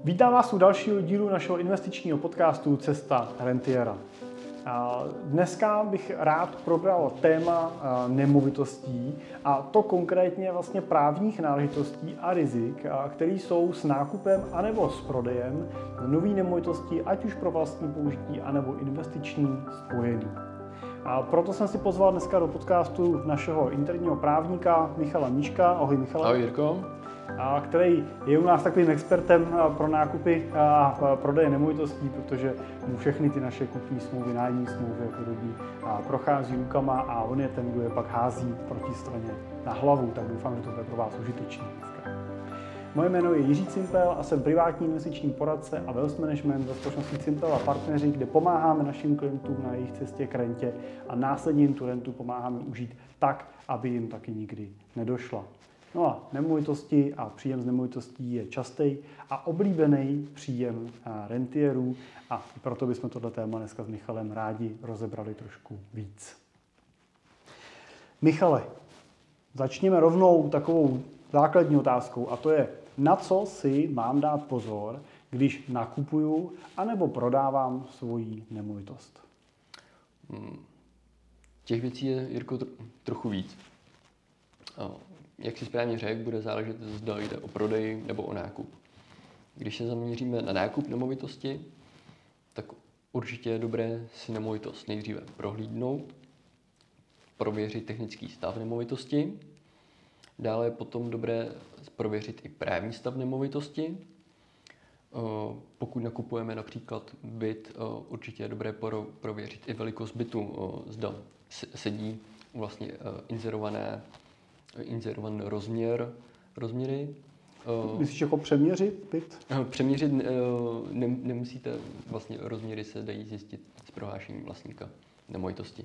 Vítám vás u dalšího dílu našeho investičního podcastu Cesta rentiera. Dneska bych rád probral téma nemovitostí, a to konkrétně vlastně právních náležitostí a rizik, které jsou s nákupem anebo s prodejem nových nemovitostí, ať už pro vlastní použití anebo investiční spojený. A proto jsem si pozval dneska do podcastu našeho interního právníka Michala Nížka. Ahoj Michale. Ahoj Jirko. Který je u nás takovým expertem pro nákupy a prodeje nemovitostí, protože mu všechny ty naše kupní smlouvy, nájemní smlouvy a podobně prochází rukama a on je ten, kdo je pak hází protistraně na hlavu, tak doufám, že to bude pro vás užitečné dneska. Moje jméno je Jiří Cimpel a jsem privátní investiční poradce a wealth management ve společnosti Cimpel a partneři, kde pomáháme našim klientům na jejich cestě k rentě a následně jim tu rentu pomáháme užít tak, aby jim taky nikdy nedošla. No a nemovitosti a příjem z nemovitostí je častý a oblíbený příjem rentierů a proto bychom tohle téma dneska s Michalem rádi rozebrali trošku víc. Michale, začněme rovnou takovou základní otázkou a to je, na co si mám dát pozor, když nakupuju anebo prodávám svoji nemovitost? Těch věcí je, Jirko, trochu víc. Jak si správně řekl, bude záležet, zda jde o prodej nebo o nákup. Když se zaměříme na nákup nemovitosti, tak určitě je dobré si nemovitost nejdříve prohlídnout, prověřit technický stav nemovitosti, dále je potom dobré prověřit i právní stav nemovitosti. Pokud nakupujeme například byt, určitě je dobré prověřit i velikost bytu, zda sedí vlastně inzerovaný rozměry. Myslíš jako přeměřit byt? Přeměřit nemusíte, vlastně rozměry se dají zjistit s prohlášením vlastníka nemovitosti.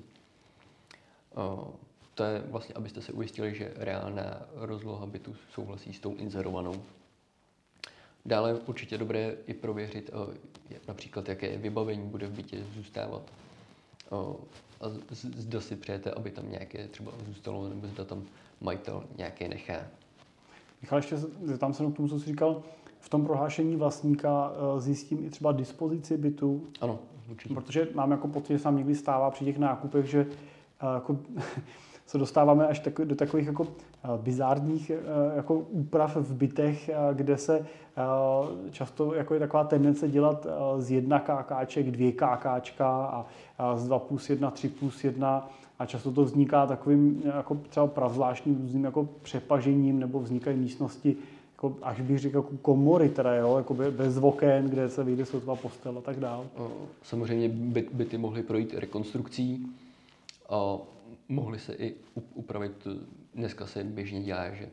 To je vlastně, abyste se ujistili, že reálná rozloha bytu souhlasí s tou inzerovanou. Dále určitě dobré i prověřit například, jaké vybavení bude v bytě zůstávat. A zda si přejete, aby tam nějaké třeba zůstalo, nebo zda tam majitel nějaké nechá. Michal, ještě tam se k tomu, co jsi říkal, v tom prohlášení vlastníka zjistím i třeba dispozici bytu. Ano, určitě. Protože mám jako pocit, že se nám někdy stává při těch nákupech, že jako se dostáváme až do takových jako bizárních jako úprav v bytech, kde se často jako je taková tendence dělat z 1 kákáček 2 kákáčka a z 2+1 3+1 a často to vzniká takovým jako třeba prazvláštním různým jako přepažením nebo vznikají místnosti jako, až bych řekl, jako komory, teda, jo, jako bez oken, kde se vyjde sotva postel a tak dál. Samozřejmě byty mohly projít rekonstrukcí a mohly se i upravit. Dneska se běžně dělá, že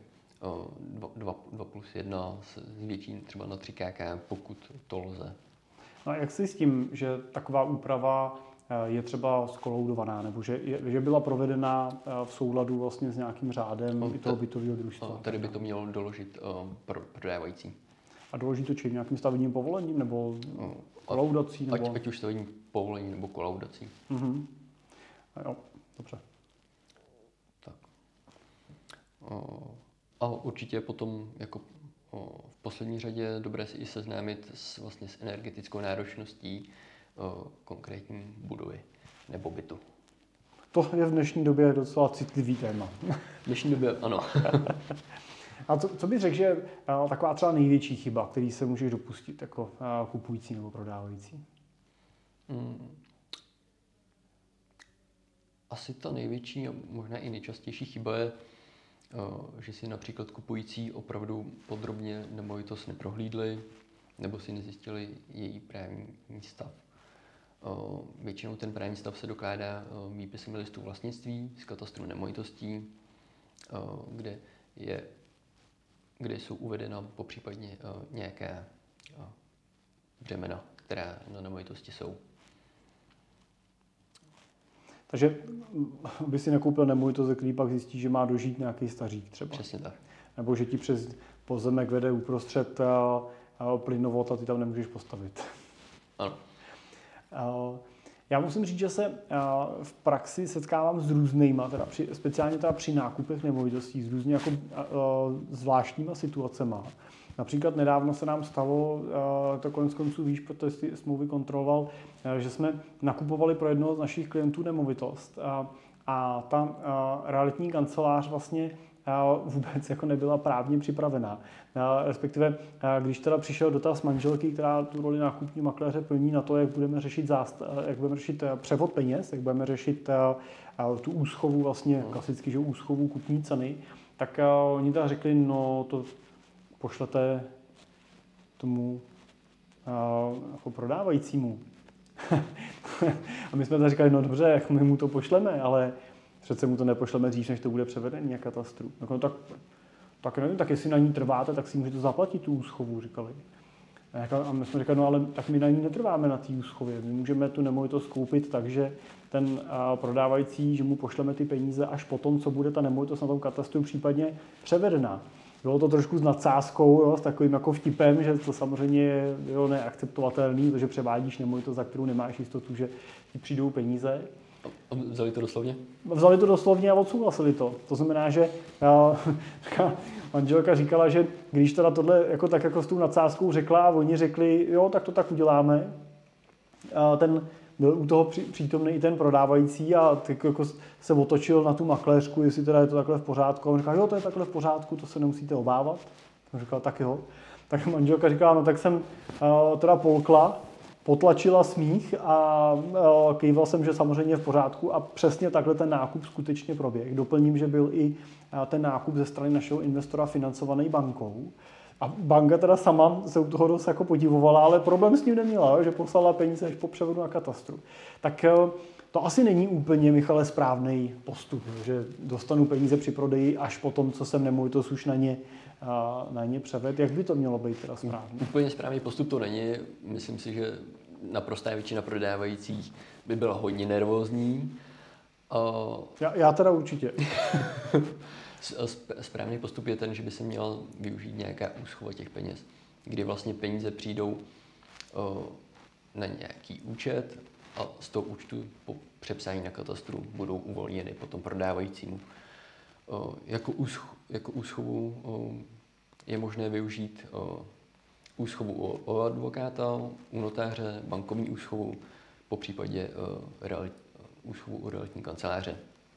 2+1 se zvětší třeba na 3 kk, pokud to lze. No a jak si s tím, že taková úprava je třeba skoloudovaná, nebo že byla provedena v souladu vlastně s nějakým řádem i toho bytového družstva? Tady by to mělo doložit prodávající. A doloží to čím? Nějakým stavebním povolením nebo kolaudací? Nebo... Ať už stavební povolení nebo kolaudací. Mhm. Jo, dobře. Tak. A určitě potom jako v poslední řadě je dobré si i seznámit s energetickou náročností konkrétní budovy nebo bytu. To je v dnešní době docela citlivý téma. V dnešní době ano. A co bys řekl, že je taková třeba největší chyba, který se můžeš dopustit jako kupující nebo prodávající? Asi ta největší a možná i nejčastější chyba je, že si například kupující opravdu podrobně nemovitost neprohlídli nebo si nezjistili její právní stav. Většinou ten právní stav se dokládá výpisem listu vlastnictví z katastru nemovitostí, kde jsou uvedena popřípadně nějaké břemena, která na nemovitosti jsou. Takže by si nekoupil nemovitost, ze který pak zjistí, že má dožít nějaký stařík třeba. Přesně tak. Nebo že ti přes pozemek vede uprostřed plynovod a ty tam nemůžeš postavit. Ano. Já musím říct, že se v praxi setkávám s různýma, speciálně při nákupech nemovitostí, s různě jako zvláštníma situacema. Například nedávno se nám stalo, to konec konců víš, protože ty smlouvy kontroloval, že jsme nakupovali pro jednoho z našich klientů nemovitost a ta realitní kancelář vlastně vůbec jako nebyla právně připravená. Respektive, když teda přišel dotaz manželky, která tu roli nákupní makléře plní na to, jak budeme řešit převod peněz, jak budeme řešit tu úschovu, vlastně klasicky, že úschovu kupní ceny, tak oni teda řekli, no to pošlete tomu jako prodávajícímu. A my jsme tak říkali, no dobře, my mu to pošleme, ale přece mu to nepošleme dřív, než to bude převedený na katastru. No, tak nevím, tak jestli na ní trváte, tak si můžete zaplatit tu úschovu, říkali. A my jsme říkali, no ale tak my na ní netrváme na té úschově. My můžeme tu nemovitost koupit tak, že ten prodávající, že mu pošleme ty peníze až potom, co bude ta nemovitost na tom katastru případně převedená. Bylo to trošku s nadsázkou, jo, s takovým jako vtipem, že to samozřejmě je neakceptovatelný, protože převádíš nemovitost, za kterou nemáš jistotu, že ti přijdou peníze. A vzali to doslovně? Vzali to doslovně a odsouhlasili to. To znamená, že manželka říkala, že když teda tohle jako s tou nadsázkou řekla a oni řekli, jo, tak to tak uděláme, ten byl u toho přítomný i ten prodávající a tak jako se otočil na tu makléřku, jestli teda je to takhle v pořádku. A on říkal, jo, to je takhle v pořádku, to se nemusíte obávat. On říkal, tak jo. Tak manželka říkala, no tak jsem teda polkla, potlačila smích a kýval jsem, že samozřejmě v pořádku a přesně takhle ten nákup skutečně proběh. Doplním, že byl i ten nákup ze strany našeho investora financovaný bankou. A banka teda sama se u toho dost jako podivovala, ale problém s ním neměla, že poslala peníze až po převodu na katastru. Tak to asi není úplně, Michale, správný postup, že dostanu peníze při prodeji až po tom, co jsem nemovitost už na ně převed. Jak by to mělo být teda správně? Úplně správný postup to není. Myslím si, že naprostá většina prodávajících by byla hodně nervózní. Já teda určitě. Správný postup je ten, že by se měl využít nějaká úschova těch peněz, kdy vlastně peníze přijdou na nějaký účet a z toho účtu po přepsání na katastru budou uvolněny potom prodávajícímu. Jako úschovu je možné využít úschovu u advokáta, u notáře, bankovní úschovu, popřípadě úschovu u realitní kanceláře.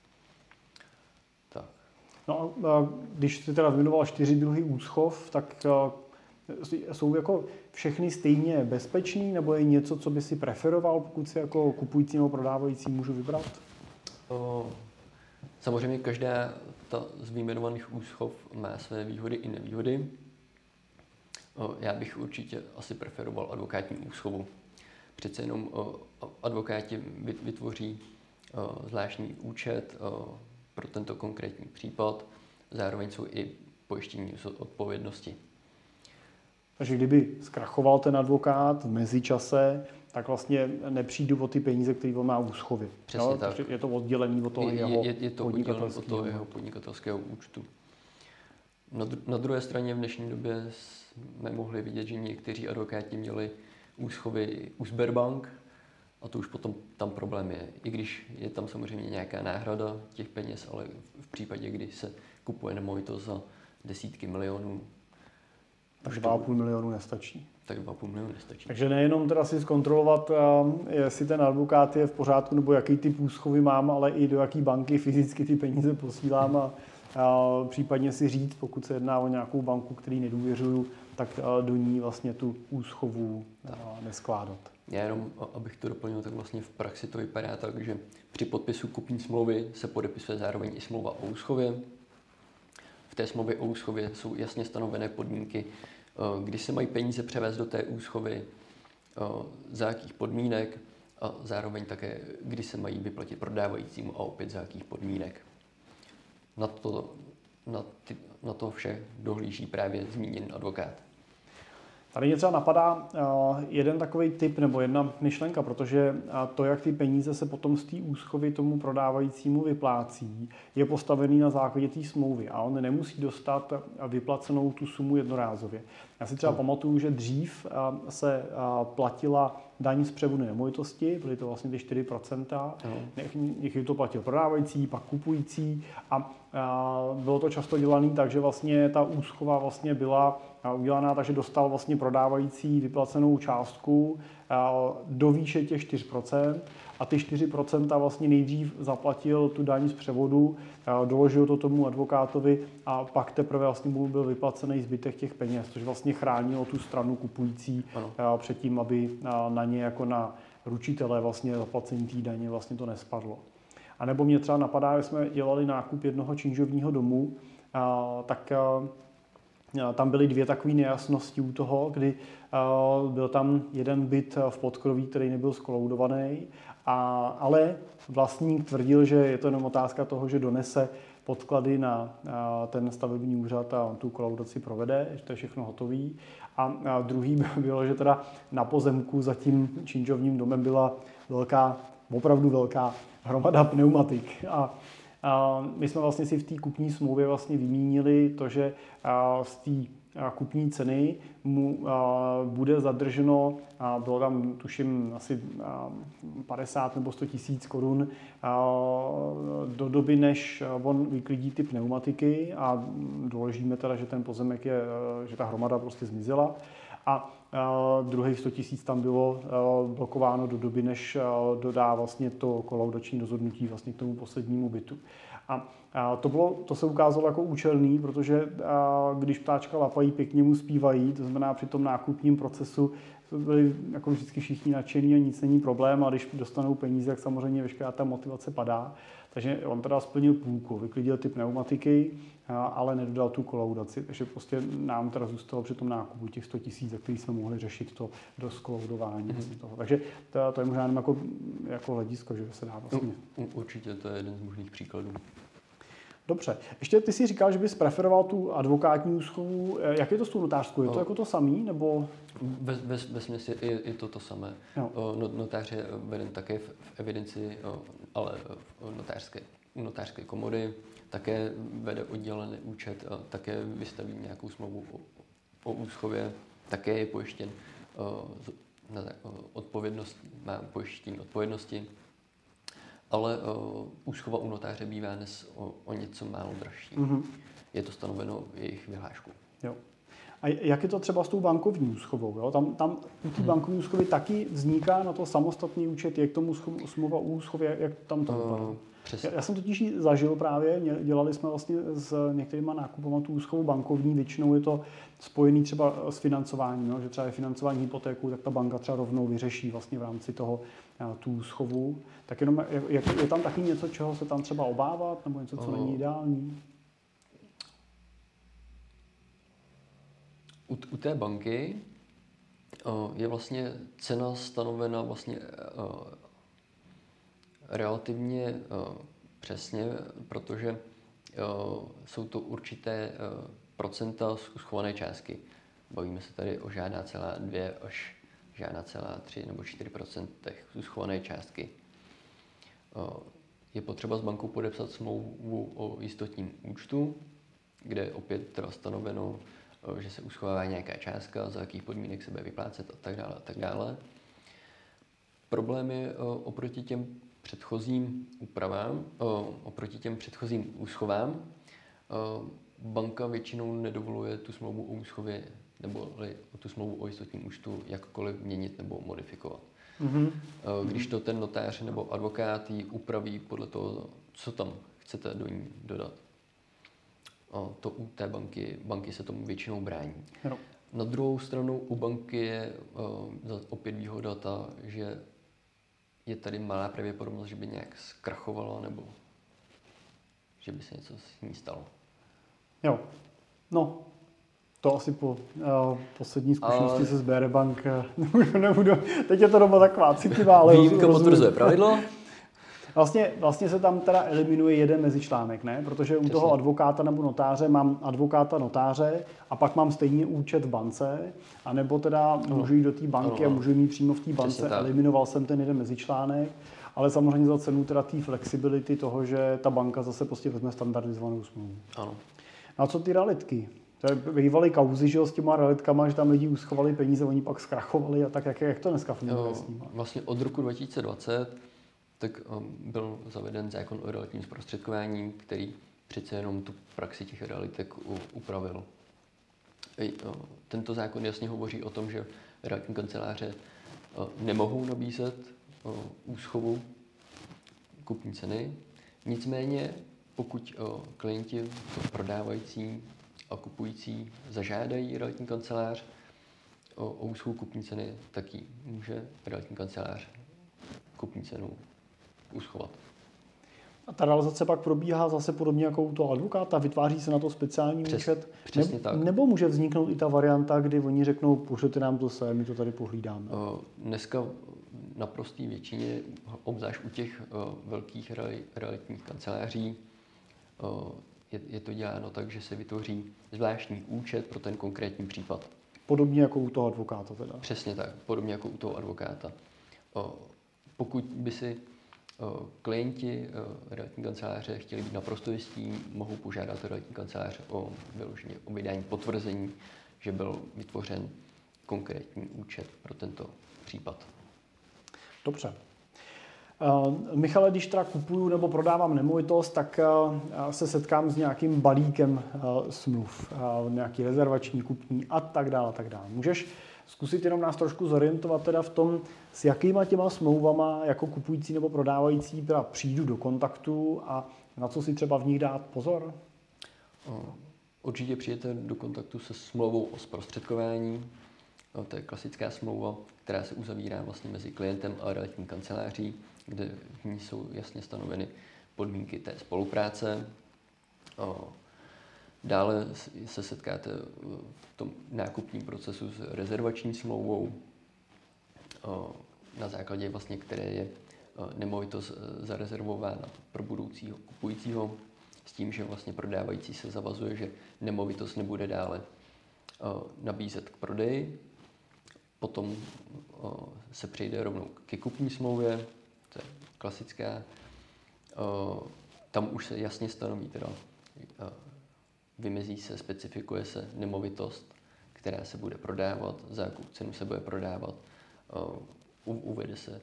Tak. No a když jsi teda zmiňoval 4 druhy úschov, tak jsou jako všechny stejně bezpečný, nebo je něco, co by si preferoval, pokud si jako kupující nebo prodávající můžu vybrat? Samozřejmě každá ta z vyjmenovaných úschov má své výhody i nevýhody. Já bych určitě asi preferoval advokátní úschovu. Přece jenom advokáti vytvoří zvláštní účet pro tento konkrétní případ, zároveň jsou i pojištění z odpovědnosti. Takže kdyby zkrachoval ten advokát v mezičase, tak vlastně nepřijdu o ty peníze, které on má v úschově. Přesně no, tak. Je to oddělený od toho jeho podnikatelského účtu. Na druhé straně v dnešní době jsme mohli vidět, že někteří advokáti měli úschovy u Sberbank a to už potom tam problém je. I když je tam samozřejmě nějaká náhrada těch peněz, ale v případě, kdy se kupuje nemovitost za desítky milionů, tak 2,5 milionu nestačí. Tak 2,5 milionu nestačí. Takže nejenom teda si zkontrolovat, jestli ten advokát je v pořádku, nebo jaký typ úschovy mám, ale i do jaký banky fyzicky ty peníze posílám a případně si říct, pokud se jedná o nějakou banku, který nedůvěřuju, tak do ní vlastně tu úschovu neskládat. Já jenom, abych to doplnil, tak vlastně v praxi to vypadá tak, že při podpisu kupní smlouvy se podepisuje zároveň i smlouva o úschově. V té smlouvě o úschově jsou jasně stanovené podmínky, kdy se mají peníze převést do té úschovy, za jakých podmínek a zároveň také, kdy se mají vyplatit prodávajícímu a opět za jakých podmínek. Na to vše dohlíží právě zmíněný advokát. Tady mě třeba napadá jeden takový tip nebo jedna myšlenka, protože to, jak ty peníze se potom z té úschovy tomu prodávajícímu vyplácí, je postavený na základě té smlouvy a on nemusí dostat vyplacenou tu sumu jednorázově. Já si třeba pamatuju, že dřív se platila daň z převodu nemovitosti, byly to vlastně ty 4%, někdy to platil prodávající, pak kupující a bylo to často dělané tak, že vlastně ta úschova vlastně byla udělaná tak, že dostal vlastně prodávající vyplacenou částku do výše těch 4%. A ty 4% vlastně nejdřív zaplatil tu daň z převodu, doložil to tomu advokátovi a pak teprve vlastně mu byl vyplacený zbytek těch peněz, což vlastně chránilo tu stranu kupující před tím, aby na ně jako na ručitele vlastně zaplacení té daně vlastně to nespadlo. A nebo mě třeba napadá, že jsme dělali nákup jednoho činžovního domu, tak tam byly dvě takové nejasnosti u toho, kdy byl tam jeden byt v podkroví, který nebyl skoloudovaný, ale vlastník tvrdil, že je to jenom otázka toho, že donese podklady na ten stavební úřad a on tu kolaudaci provede, že to je všechno hotový. A druhý bylo, že teda na pozemku za tím činžovním domem byla opravdu velká hromada pneumatik. A my jsme vlastně si v té kupní smlouvě vlastně vymínili to, že z té kupní ceny mu bude zadrženo, bylo tam tuším asi 50 nebo 100 tisíc korun do doby, než on vyklidí ty pneumatiky a doložíme teda, že ten pozemek je, že ta hromada prostě zmizela. A druhých 100 tisíc tam bylo blokováno do doby, než dodá vlastně to kolaudační rozhodnutí vlastně k tomu poslednímu bytu. A to se ukázalo jako účelný, protože když ptáčka lapají, pěkně mu zpívají, to znamená při tom nákupním procesu byli jako vždycky všichni nadšení a nic není problém, a když dostanou peníze, tak samozřejmě veškerá ta motivace padá. Takže on teda splnil půlku, vyklidil ty pneumatiky, ale nedodal tu kolaudaci. Takže prostě nám teda zůstalo při tom nákupu těch 100 tisíc, za který jsme mohli řešit to do skolaudování. Toho. Takže to je možná jenom jako hledisko, že se dá vlastně. Určitě to je jeden z možných příkladů. Dobře. Ještě ty si říkal, že bys preferoval tu advokátní úschovu. Jak je to s tou notářskou? Je to jako to samý, nebo? Ve smyslu je to samé. Notář je veden také v evidenci, ale u notářské komory také vede oddělený účet, také vystaví nějakou smlouvu o úschově, také je pojištěn na odpovědnost, má pojištění odpovědnosti. Ale úschova u notáře bývá dnes o něco málo dražší. Je to stanoveno jejich vyhláškou. Jo. A jak je to třeba s tou bankovní úschovou? Jo? Tam u té bankovní úschovy taky vzniká na to samostatný účet, jak tomu smlouva o úschově, jak tam to vypadá? Já jsem totiž zažil právě, dělali jsme vlastně s některýma nákupama tu úschovu bankovní, většinou je to spojený třeba s financováním, no? Že třeba je financování hypotéku, tak ta banka třeba rovnou vyřeší vlastně v rámci toho tu úschovu. Tak jenom, je tam taky něco, čeho se tam třeba obávat, nebo něco, co není ideální? U té banky je vlastně cena stanovena vlastně relativně přesně, protože jsou to určité procenta z uschované částky. Bavíme se tady o žádná celá 2 až žádná celá 3 nebo 4% z uschované částky. Je potřeba s bankou podepsat smlouvu o jistotním účtu, kde je opět teda stanoveno, že se uschovává nějaká částka, za jakých podmínek se bude vyplácet a tak dále a tak dále. Problém je oproti těm předchozím úpravám, oproti těm předchozím úschovám, banka většinou nedovoluje tu smlouvu o úschově nebo tu smlouvu o jistotním účtu jakkoliv měnit nebo modifikovat. Když to ten notář nebo advokát ji upraví podle toho, co tam chcete do ní dodat. To u té banky se tomu většinou brání. No. Na druhou stranu u banky je opět výhoda ta, že je tady malá pravděpodobnost, že by nějak zkrachovala nebo že by se něco s ní stalo. Jo, no, to asi po poslední zkušenosti se SBR Bank nebudu. Teď je to doba taková citlivá, ale výjimka potvrzuje pravidlo. Vlastně se tam teda eliminuje jeden mezičlánek, ne? Protože u toho advokáta nebo notáře mám advokáta notáře a pak mám stejně účet v bance, anebo teda můžu jít do té banky a můžu mít přímo v té bance. Eliminoval jsem ten jeden mezičlánek, ale samozřejmě za cenu teda té flexibility toho, že ta banka zase prostě vezme standardizovanou smlouvu. Ano. A co ty realitky? Bývaly kauzy, že jo, s těma realitkama, že tam lidi uschovali peníze, oni pak zkrachovali a tak, jak to dneska funguje s nimi? Vlastně od roku 2020 tak byl zaveden zákon o realitním zprostředkování, který přece jenom tu praxi těch realitek upravil. Tento zákon jasně hovoří o tom, že realitní kanceláře nemohou nabízet úschovu kupní ceny. Nicméně, pokud klienti, to prodávající a kupující, zažádají realitní kancelář o úschovu kupní ceny, tak ji může realitní kancelář kupní cenu uschovat. A ta realizace pak probíhá zase podobně jako u toho advokáta, vytváří se na to speciální účet. Přesně tak. Nebo může vzniknout i ta varianta, kdy oni řeknou, pošlete nám to sem, my to tady pohlídáme. Dneska naprostý většině, obzvlášť u těch velkých realitních kanceláří, je to děláno tak, že se vytvoří zvláštní účet pro ten konkrétní případ. Podobně jako u toho advokáta teda. Přesně tak, podobně jako u toho advokáta. Pokud by si klienti realitní kanceláře chtěli být naprosto jistí, mohou požádat realitní kancelář o vydání potvrzení, že byl vytvořen konkrétní účet pro tento případ. Dobře. Michale, když teda kupuju nebo prodávám nemovitost, tak se setkám s nějakým balíkem smluv, nějaký rezervační, kupní a tak dále, tak dále. Můžeš zkusit jenom nás trošku zorientovat teda v tom, s jakýma těma smlouvama jako kupující nebo prodávající teda přijdu do kontaktu a na co si třeba v nich dát pozor? Určitě přijete do kontaktu se smlouvou o zprostředkování. To je klasická smlouva, která se uzavírá vlastně mezi klientem a realitní kanceláří, kde v ní jsou jasně stanoveny podmínky té spolupráce. Dále se setkáte v tom nákupním procesu s rezervační smlouvou, na základě vlastně které je nemovitost zarezervována pro budoucího kupujícího, s tím, že vlastně prodávající se zavazuje, že nemovitost nebude dále nabízet k prodeji. Potom se přejde rovnou ke kupní smlouvě, to je klasická. Tam už se jasně stanoví, teda vymezí se, specifikuje se nemovitost, která se bude prodávat, za jakou cenu se bude prodávat, uvede se,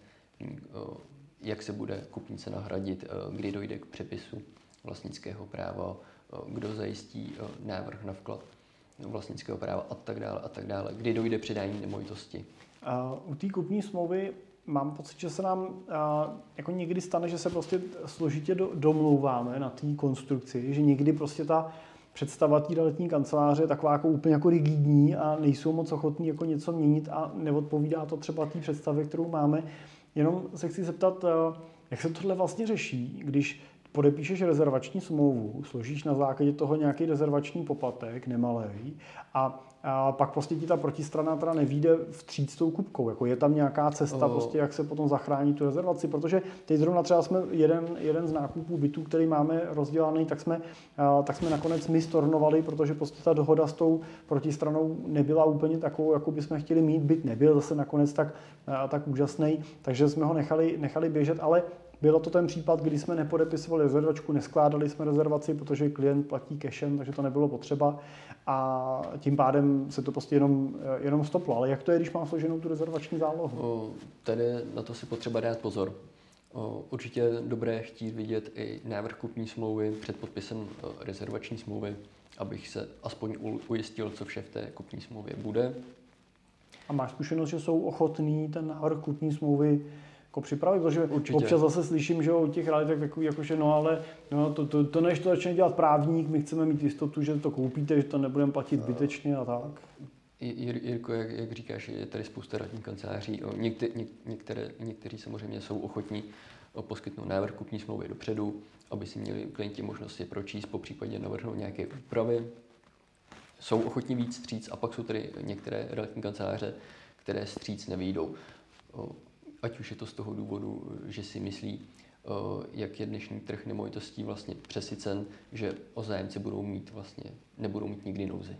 jak se bude kupní cena hradit, kdy dojde k přepisu vlastnického práva, kdo zajistí návrh na vklad vlastnického práva a tak dále, kdy dojde předání nemovitosti. U té kupní smlouvy mám pocit, že se nám jako někdy stane, že se prostě složitě domlouváme na té konstrukci, že někdy prostě ta představa té realitní kanceláře je taková jako úplně jako rigidní a nejsou moc ochotní jako něco měnit a neodpovídá to třeba té představě, kterou máme. Jenom se chci zeptat, jak se tohle vlastně řeší, když podepíšeš rezervační smlouvu, složíš na základě toho nějaký rezervační poplatek, nemalej, a pak prostě ti ta protistrana teda nevyjde vstříc tou kupkou. Jako je tam nějaká cesta, prostě, jak se potom zachránit tu rezervaci, protože teď zrovna třeba jsme jeden z nákupů bytů, který máme rozdělaný, tak jsme nakonec my stornovali, protože prostě ta dohoda s tou protistranou nebyla úplně takovou, jako bychom chtěli mít. Byt nebyl zase nakonec tak úžasný, takže jsme ho nechali běžet, ale bylo to ten případ, kdy jsme nepodepisovali rezervačku, neskládali jsme rezervaci, protože klient platí cashem, takže to nebylo potřeba a tím pádem se to prostě jenom stoplo. Ale jak to je, když mám složenou tu rezervační zálohu? Tady na to si potřeba dát pozor. Určitě je dobré chtít vidět i návrh kupní smlouvy před podpisem rezervační smlouvy, abych se aspoň ujistil, co vše v té kupní smlouvě bude. A máš zkušenost, že jsou ochotní ten návrh kupní smlouvy jako připravit, protože určitě. Občas zase slyším, že o těch realitách takový, jakože to než to začne dělat právník, my chceme mít jistotu, že to koupíte, že to nebudeme platit zbytečně a tak. Jirko, jak říkáš, je tady spousta realitních kanceláří. Někteří samozřejmě jsou ochotní poskytnout návrh kupní smlouvy dopředu, aby si měli klienti možnost je pročíst, popřípadě navrhnout nějaké úpravy. Jsou ochotní víc vstříc a pak jsou tady některé realitní kanceláře, které vstříc nevyjdou. Ať už je to z toho důvodu, že si myslí, jak je dnešní trh nemovitostí vlastně přesycen, že o zájemci nebudou mít nikdy nouzi.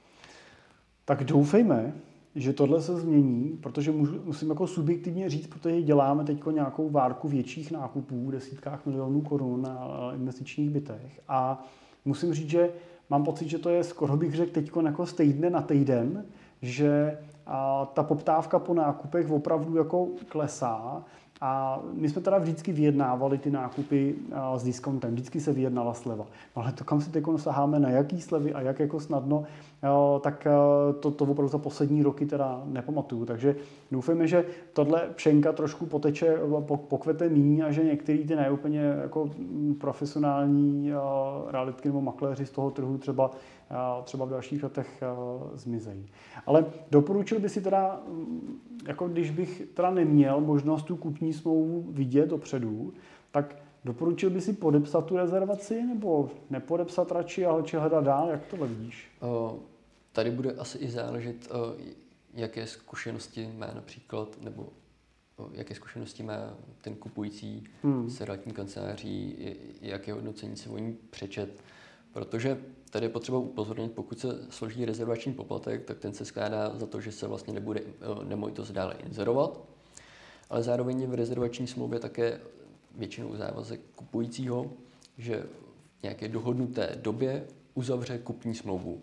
Tak doufejme, že tohle se změní, protože musím jako subjektivně říct, protože děláme teď nějakou várku větších nákupů v desítkách milionů korun na investičních bytech a musím říct, že mám pocit, že to je skoro bych řekl teď jako z týdne na týden, že ta poptávka po nákupech opravdu jako klesá. A my jsme teda vždycky vyjednávali ty nákupy s diskontem, vždycky se vyjednala sleva. Ale to, kam si teď saháme, na jaký slevy a jak jako snadno, tak to opravdu za poslední roky teda nepamatuju. Takže doufujeme, že tohle pšenka trošku poteče, pokvete míň a že některý ty neúplně jako profesionální realitky nebo makléři z toho trhu třeba v dalších letech zmizejí. Ale doporučil by si teda, jako když bych teda neměl možnost tu kupní smlouvu vidět dopředu, tak doporučil by si podepsat tu rezervaci nebo nepodepsat radši a hledat dál? Jak to vidíš? Tady bude asi i záležet, jaké zkušenosti má například, nebo jaké zkušenosti má ten kupující s realitní kanceláří, jaké hodnocení se o ní přečet. Protože tady je potřeba upozornit, pokud se složí rezervační poplatek, tak ten se skládá za to, že se vlastně nebude nemovitost dále inzerovat, ale zároveň je v rezervační smlouvě také většinou závazek kupujícího, že v nějaké dohodnuté době uzavře kupní smlouvu.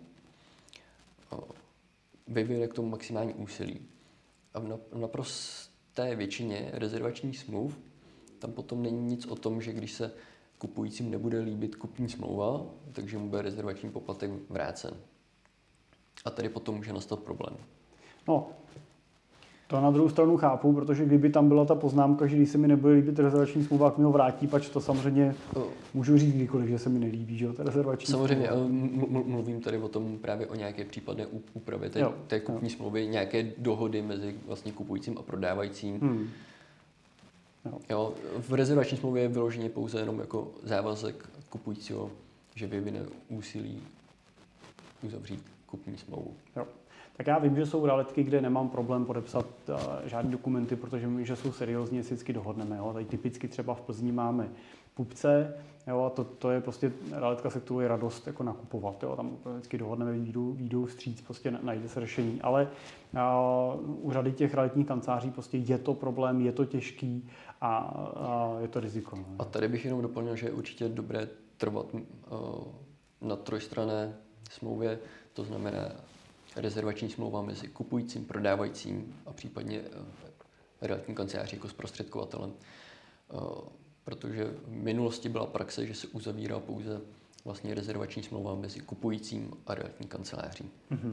Vyvine k tomu maximální úsilí. A v naprosté většině rezervačních smluv tam potom není nic o tom, že když se kupujícím nebude líbit kupní smlouva, takže mu bude rezervační poplatek vrácen. A tady potom může nastat problém. No, to na druhou stranu chápu, protože kdyby tam byla ta poznámka, že když se mi nebude líbit rezervační smlouva, jak mi ho vrátí, pač to samozřejmě můžu říct kdykoliv, že se mi nelíbí, že jo, ta rezervační samozřejmě, smlouva. Samozřejmě, mluvím tady o tom právě o nějaké případné úpravě té kupní smlouvy, nějaké dohody mezi vlastně kupujícím a prodávajícím. Jo, v rezervační smlouvě je vyloženě pouze jenom jako závazek kupujícího, že vyvine úsilí uzavřít kupní smlouvu. Jo. Tak já vím, že jsou realitky, kde nemám problém podepsat žádné dokumenty, protože vím, že jsou seriózní, si vždycky dohodneme. Jo. Tady typicky třeba v Plzni máme Pupce, jo, a to je prostě realitka, se kterou je radost jako nakupovat. Jo. Tam vždycky dohodneme, výjdou vstříc, prostě najde se řešení. Ale u řady těch realitních kanceláří prostě je to problém, je to těžký a je to riziko. Ne? A tady bych jenom doplnil, že je určitě dobré trvat na trojstranné smlouvě, to znamená rezervační smlouva mezi kupujícím, prodávajícím a případně realitní kanceláří jako zprostředkovatelem. Protože v minulosti byla praxe, že se uzavírá pouze vlastně rezervační smlouva mezi kupujícím a realitní kanceláří.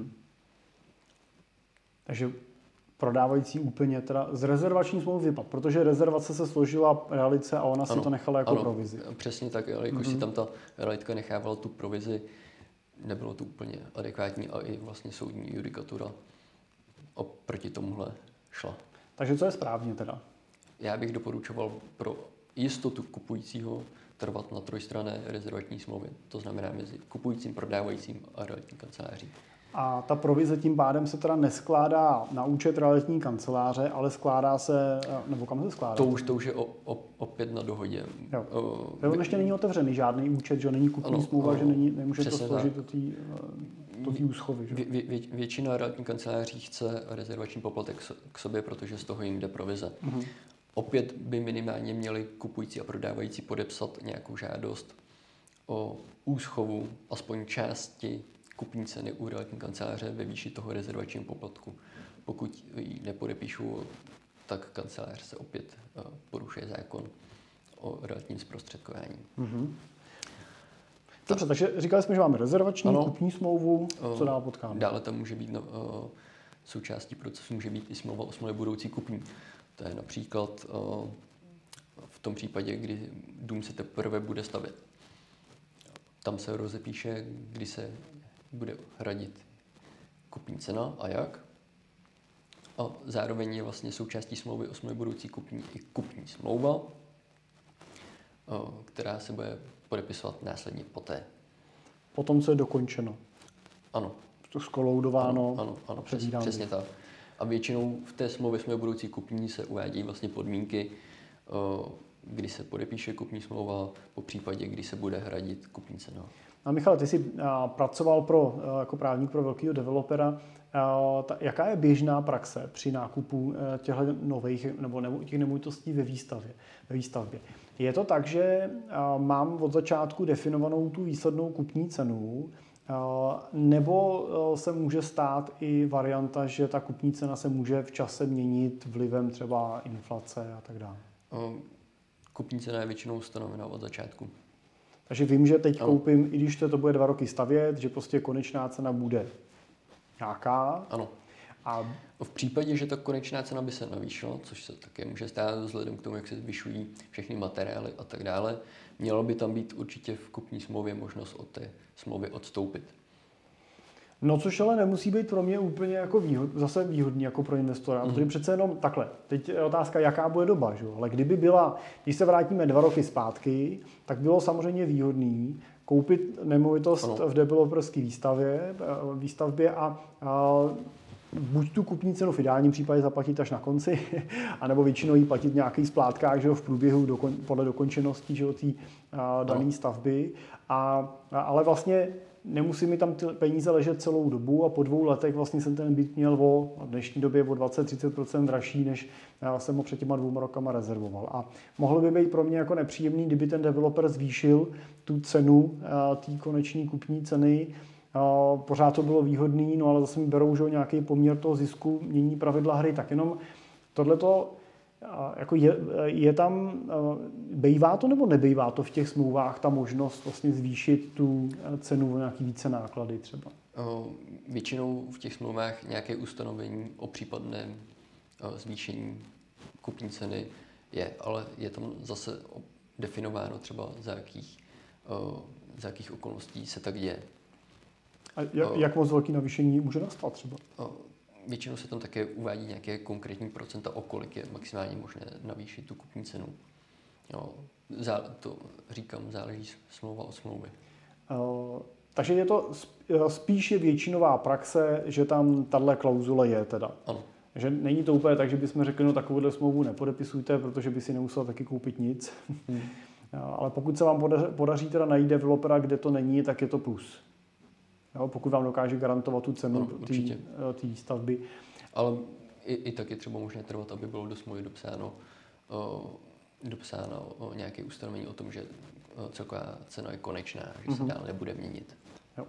Takže prodávající úplně teda z rezervační smlouvy vypad, protože rezervace se složila realitce a ona si to nechala jako provizi. Přesně tak, ale jakož si tam ta realitka nechávala tu provizi, nebylo to úplně adekvátní a i vlastně soudní judikatura oproti tomuhle šla. Takže co je správně teda? Já bych doporučoval pro jistotu kupujícího trvat na trojstranné rezervační smlouvě. To znamená mezi kupujícím, prodávajícím a realitní kanceláří. A ta provize tím pádem se teda neskládá na účet realitní kanceláře, ale skládá se, nebo kam se skládá? To už je opět na dohodě. Jo. On ještě není otevřený žádný účet, že není kupní smlouva, že nemůže to složit do té úschovy. Že? Většina realitních kanceláří chce rezervační poplatek k sobě, protože z toho jim jde provize. Opět by minimálně měli kupující a prodávající podepsat nějakou žádost o úschovu aspoň části kupní ceny u realitní kanceláře ve výši toho rezervačního poplatku. Pokud ji nepodepíšu, tak kancelář se opět porušuje zákon o realitním zprostředkování. Dobře, takže říkali jsme, že máme rezervační, kupní smlouvu, co dál potkáme? Dále tam může být součástí procesu může být i smlouva o smlouvě budoucí kupní. To je například v tom případě, kdy dům se teprve bude stavět. Tam se rozepíše, kdy se bude hradit kupní cena a jak. A zároveň je vlastně součástí smlouvy o smlouvě budoucí kupní i kupní smlouva, která se bude podepisovat následně poté. Potom, co je dokončeno. Ano. To skoloudováno. Ano, přesně tak. A většinou v té smlouvě smlouvy budoucí kupní se uvádí vlastně podmínky, kdy se podepíše kupní smlouva, po případě, kdy se bude hradit kupní cena. A Michale, ty jsi pracoval jako právník pro velkého developera. Jaká je běžná praxe při nákupu těchto nových nebo těch nemovitostí ve výstavbě? Je to tak, že mám od začátku definovanou tu výslednou kupní cenu Nebo se může stát i varianta, že ta kupní cena se může v čase měnit vlivem třeba inflace a tak dále. Kupní cena je většinou stanovená od začátku. Takže vím, že teď koupím, i když to bude 2 roky stavět, že prostě konečná cena bude nějaká. Ano. A v případě, že ta konečná cena by se navýšila, což se také může stát vzhledem k tomu, jak se zvyšují všechny materiály a tak dále, mělo by tam být určitě v kupní smlouvě možnost od té smlouvy odstoupit. No, což ale nemusí být pro mě úplně jako zase výhodný jako pro investora. Protože přece jenom takhle. Teď je otázka, jaká bude doba. Že? Ale když se vrátíme 2 roky zpátky, tak bylo samozřejmě výhodný koupit nemovitost v developerské výstavbě a buď tu kupní cenu v ideálním případě zaplatit až na konci, anebo většinou ji platit nějaký splátkách, že jo, v průběhu podle dokončenosti, že jo, té dané stavby. Ale vlastně nemusí mi tam ty peníze ležet celou dobu a po 2 letech vlastně jsem ten byt měl v dnešní době o 20-30% dražší, než jsem ho před těma 2 rokama rezervoval. A mohlo by být pro mě jako nepříjemný, kdyby ten developer zvýšil tu cenu té koneční kupní ceny. Pořád to bylo výhodný, no ale zase mi berou, že nějaký poměr toho zisku mění pravidla hry. Tak jenom tohleto jako je tam, bejvá to nebo nebejvá to v těch smlouvách ta možnost vlastně zvýšit tu cenu o nějaký více náklady třeba? Většinou v těch smlouvách nějaké ustanovení o případném zvýšení kupní ceny je, ale je tam zase definováno třeba za jakých okolností se tak děje. A jak moc velký navýšení může nastat třeba? Většinou se tam také uvádí nějaké konkrétní procenta, o kolik je maximálně možné navýšit tu kupní cenu. To říkám, záleží smlouva od smlouvy. Takže je to spíš většinová praxe, že tam tahle klauzule je teda. Ano. Že není to úplně tak, že bychom řekli, no takovouhle smlouvu nepodepisujte, protože by si nemusel taky koupit nic. Ale pokud se vám podaří teda najít developera, kde to není, tak je to plus. Jo, pokud vám dokáže garantovat tu cenu té výstavby. Ale i tak je třeba možné trvat, aby bylo do smlouvy dopsáno nějaké ustanovení o tom, že celková cena je konečná, že se dál nebude měnit. Jo.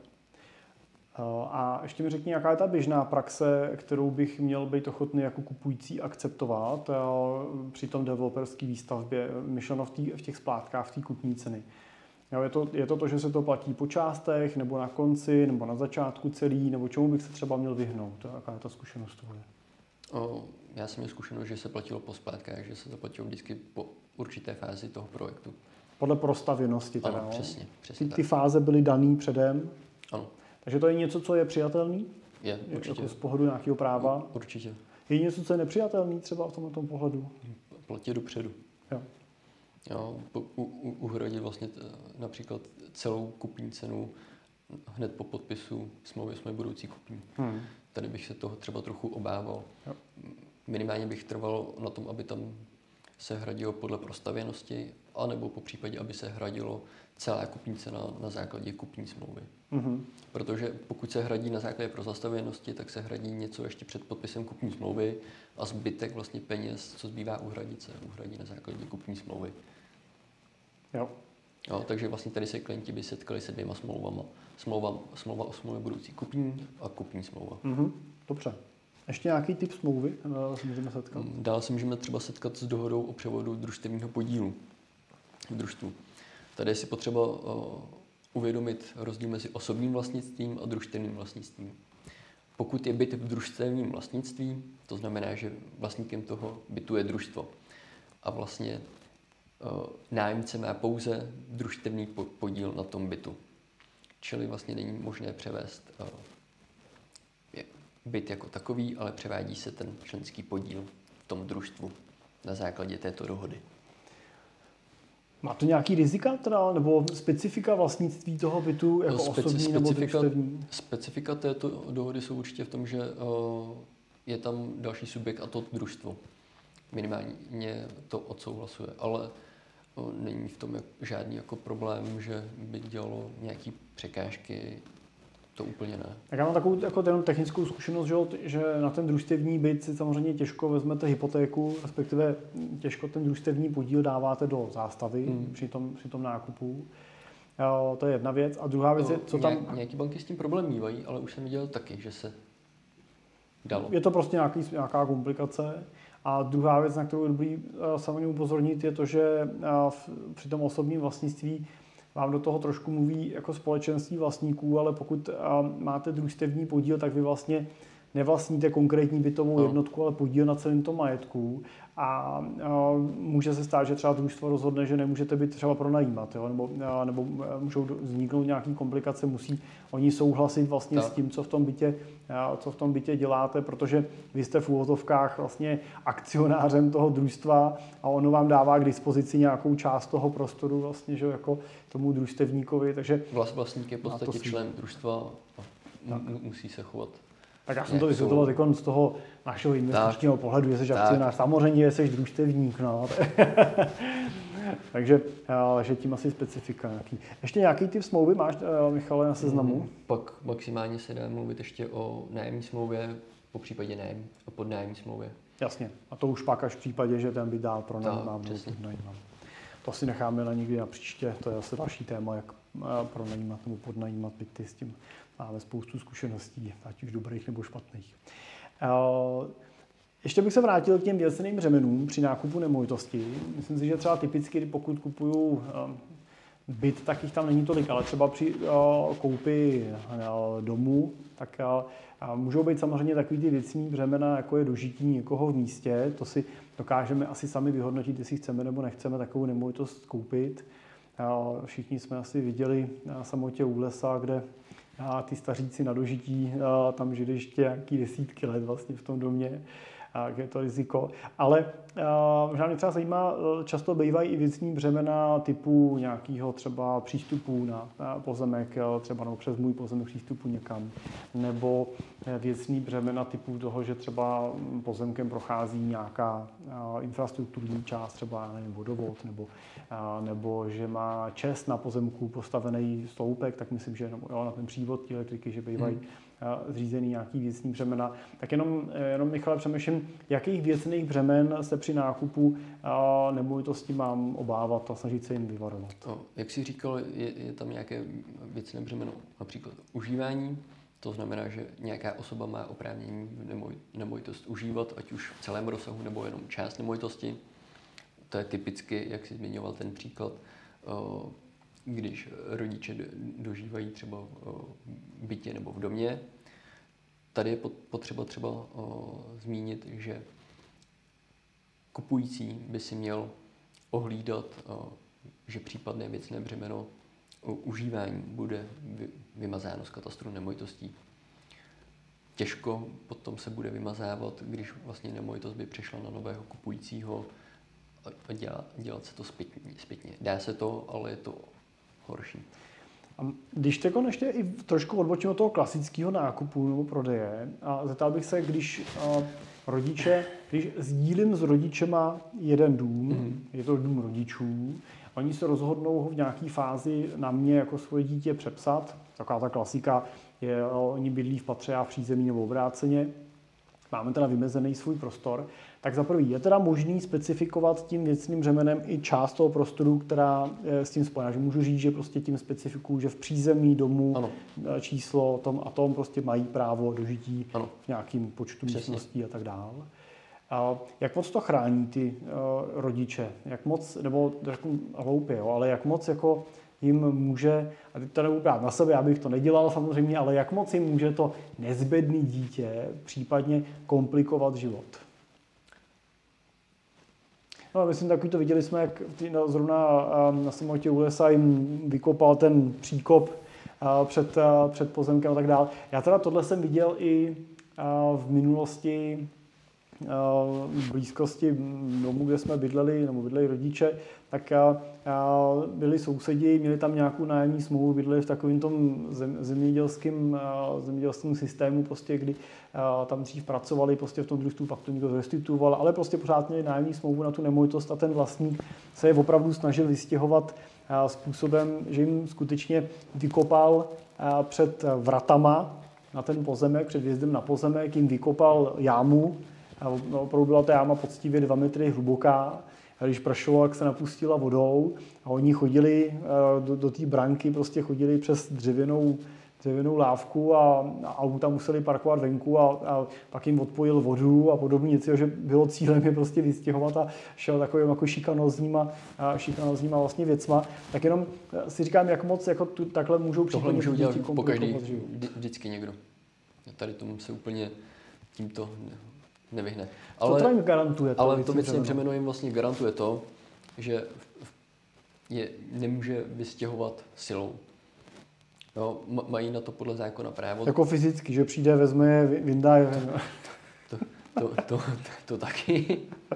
A ještě mi řekni, jaká je ta běžná praxe, kterou bych měl být ochotný jako kupující akceptovat při tom developerské výstavbě, myšleno v těch splátkách, v té kupní ceny. Jo, je to, že se to platí po částech, nebo na konci, nebo na začátku celý, nebo čemu bych se třeba měl vyhnout? Jaká je ta zkušenost tohle? Já jsem měl zkušenost, že se platilo po splátkách, že se to platilo vždycky po určité fázi toho projektu. Podle prostavěnosti teda, ano, přesně ty fáze byly daný předem? Ano. Takže to je něco, co je přijatelný? Je, určitě. Jako z pohledu nějakého práva? Určitě. Je něco, co je nepřijatelný třeba v tomto pohledu? Platí dopředu. Jo. Uhradit vlastně například celou kupní cenu hned po podpisu smlouvy s mojí budoucí kupní. Tady bych se toho třeba trochu obával. Jo. Minimálně bych trval na tom, aby tam se hradilo podle prostavěnosti, anebo po případě, aby se hradilo celá kupní cena na základě kupní smlouvy. Protože pokud se hradí na základě prozastavěnosti, tak se hradí něco ještě před podpisem kupní smlouvy a zbytek vlastně peněz, co zbývá uhradit, se uhradí na základě kupní smlouvy. Jo. Takže vlastně tady se klienti by setkali se 2 smlouvama. Smlouva o smlouvě budoucí kupní a kupní smlouva. Dobře. Ještě nějaký typ smlouvy se můžeme setkat? Dál se můžeme třeba setkat s dohodou o převodu družstevního podílu v družstvu. Tady je si potřeba uvědomit rozdíl mezi osobním vlastnictvím a družstevním vlastnictvím. Pokud je byt v družstevním vlastnictví, to znamená, že vlastníkem toho bytu je družstvo. A vlastně nájemce má pouze družstevní podíl na tom bytu. Čili vlastně není možné převést byt jako takový, ale převádí se ten členský podíl v tom družstvu na základě této dohody. Má to nějaký rizika teda, nebo specifika vlastnictví toho bytu jako osobní nebo družstevní? Specifika této dohody jsou určitě v tom, že je tam další subjekt a to družstvo. Minimálně to odsouhlasuje, ale není v tom žádný jako problém, že by dělalo nějaké překážky, to úplně ne. Tak já mám takovou jako technickou zkušenost, že na ten družstevní byt si samozřejmě těžko vezmete hypotéku, respektive těžko ten družstevní podíl dáváte do zástavy při tom nákupu. To je jedna věc. A druhá věc je, co tam... Nějaký banky s tím problém mívají, ale už jsem viděl taky, že se dalo. Je to prostě nějaká komplikace. A druhá věc, na kterou je dobrý samozřejmě upozornit, je to, že při tom osobním vlastnictví vám do toho trošku mluví jako společenství vlastníků, ale pokud máte družstevní podíl, tak vy vlastně nevlastníte konkrétní bytovou jednotku, ale podíl na celém tom majetku. A může se stát, že třeba družstvo rozhodne, že nemůžete být třeba pronajímat, jo? Nebo můžou vzniknout nějaké komplikace, musí oni souhlasit vlastně s tím, co v tom bytě děláte, protože vy jste v úvozovkách vlastně akcionářem toho družstva a ono vám dává k dispozici nějakou část toho prostoru vlastně, že jako tomu družstevníkovi, takže... Vlastník je v podstatě člen družstva a musí se chovat. Tak já jsem to vysvětloval z toho našeho investičního pohledu, že jsi akcionář, samozřejmě jsi družstevník, no. Takže tím asi specifika nějaký. Ještě nějaký typ smlouvy máš, Michale, na seznamu? Pak maximálně se dá mluvit ještě o nájemní smlouvě, po případě podnájemní smlouvě. Jasně, a to už pak až v případě, že ten byt dál pronajímám nebo podnajímám. To si necháme na někdy na příště, to je asi další téma, jak pronajímat nebo podnajímat byty, s tím máme spoustu zkušeností, ať už dobrých nebo špatných. Ještě bych se vrátil k těm věcným břemenům při nákupu nemovitosti. Myslím si, že třeba typicky, pokud kupuju byt, tak jich tam není tolik, ale třeba při koupi domu, tak můžou být samozřejmě takový ty věcný břemena, jako je dožití někoho v místě. To si dokážeme asi sami vyhodnotit, jestli chceme nebo nechceme takovou nemovitost koupit. Všichni jsme asi viděli na samotě u lesa, kde ty staříci na dožití tam žili ještě nějaký desítky let vlastně v tom domě, je to riziko. Ale možná mě třeba zajímá, často bývají i věcní břemena typu nějakého třeba přístupu na pozemek, třeba nebo přes můj pozemek přístupu někam, nebo věcný břemena typu toho, že třeba pozemkem prochází nějaká infrastrukturní část, třeba nevím, vodovod, nebo že má ČEZ na pozemku postavený sloupek, tak myslím, že na ten přívod té elektriky, že bývají zřízený nějaký věcný břemena. Tak jenom Michale, přemýšlím, jakých věcných břemen se při nákupu nemovitosti mám obávat a snažit se jim vyvarovat. Jak jsi říkal, je tam nějaké věcné břemeno, například užívání. To znamená, že nějaká osoba má oprávnění nemovitost užívat, ať už v celém rozsahu nebo jenom část nemovitosti. To je typicky, jak jsi zmiňoval ten příklad, když rodiče dožívají třeba v bytě nebo v domě. Tady je potřeba třeba zmínit, že kupující by si měl ohlídat, že případné věcné břemeno užívání bude vymazáno z katastru nemovitostí. Těžko potom se bude vymazávat, když vlastně nemovitost by přešla na nového kupujícího a dělat se to zpětně. Dá se to, ale je to horší. A když teď ještě i trošku odbočím od toho klasického nákupu nebo prodeje a zeptal bych se, když sdílím s rodičema jeden dům, je to dům rodičů, oni se rozhodnou ho v nějaké fázi na mě jako svoje dítě přepsat, taková ta klasika je, oni bydlí v patře a v přízemí nebo obráceně, máme teda vymezený svůj prostor, tak za prvý je teda možný specifikovat tím věcným břemenem i část toho prostoru, která je s tím spojená. Že můžu říct, že prostě tím specifikuju, že v přízemí domu číslo tom a tom prostě mají právo dožití v nějakým počtu místností a tak dál. Jak moc to chrání ty rodiče? Jak moc, nebo trošku hloupě, jo, ale jak moc jako jim může, a teď to nebudu brát na sebe, já bych to nedělal samozřejmě, ale jak moc jim může to nezbedný dítě případně komplikovat život? No, myslím, takový to viděli jsme, jak zrovna na samotě u lesa jim vykopal ten příkop před pozemkem a tak dále. Já teda tohle jsem viděl i v minulosti v blízkosti domu, kde jsme bydleli rodiče, tak byli sousedi, měli tam nějakou nájemní smlouvu, bydleli v takovém tom zemědělském systému, prostě, kdy tam dřív pracovali prostě v tom družstvu, pak to někdo zrestituoval, ale prostě pořád měli nájemní smlouvu na tu nemovitost a ten vlastník se je opravdu snažil vystěhovat způsobem, že jim skutečně vykopal před vratama na ten pozemek, před vjezdem na pozemek, jim vykopal jámu. Opravdu byla ta jáma poctivě 2 metry hluboká A když pršelo, jak se napustila vodou a oni chodili do té branky, prostě chodili přes dřevěnou lávku a auta museli parkovat venku a pak jim odpojil vodu a podobně něco, že bylo cílem je prostě vystěhovat a šel takovým jako šikanózníma vlastně věcma. Tak jenom si říkám, jak moc jako takhle můžou tohle můžou dělat pokaždý vždycky někdo. Tady tomu se úplně tímto nevyhne. Co to jim garantuje? Ale to věcné břemeno jim vlastně garantuje to, že je nemůže vystěhovat silou. No, mají na to podle zákona právo. Jako fyzicky, že přijde, vezme je, vyndá je. To taky.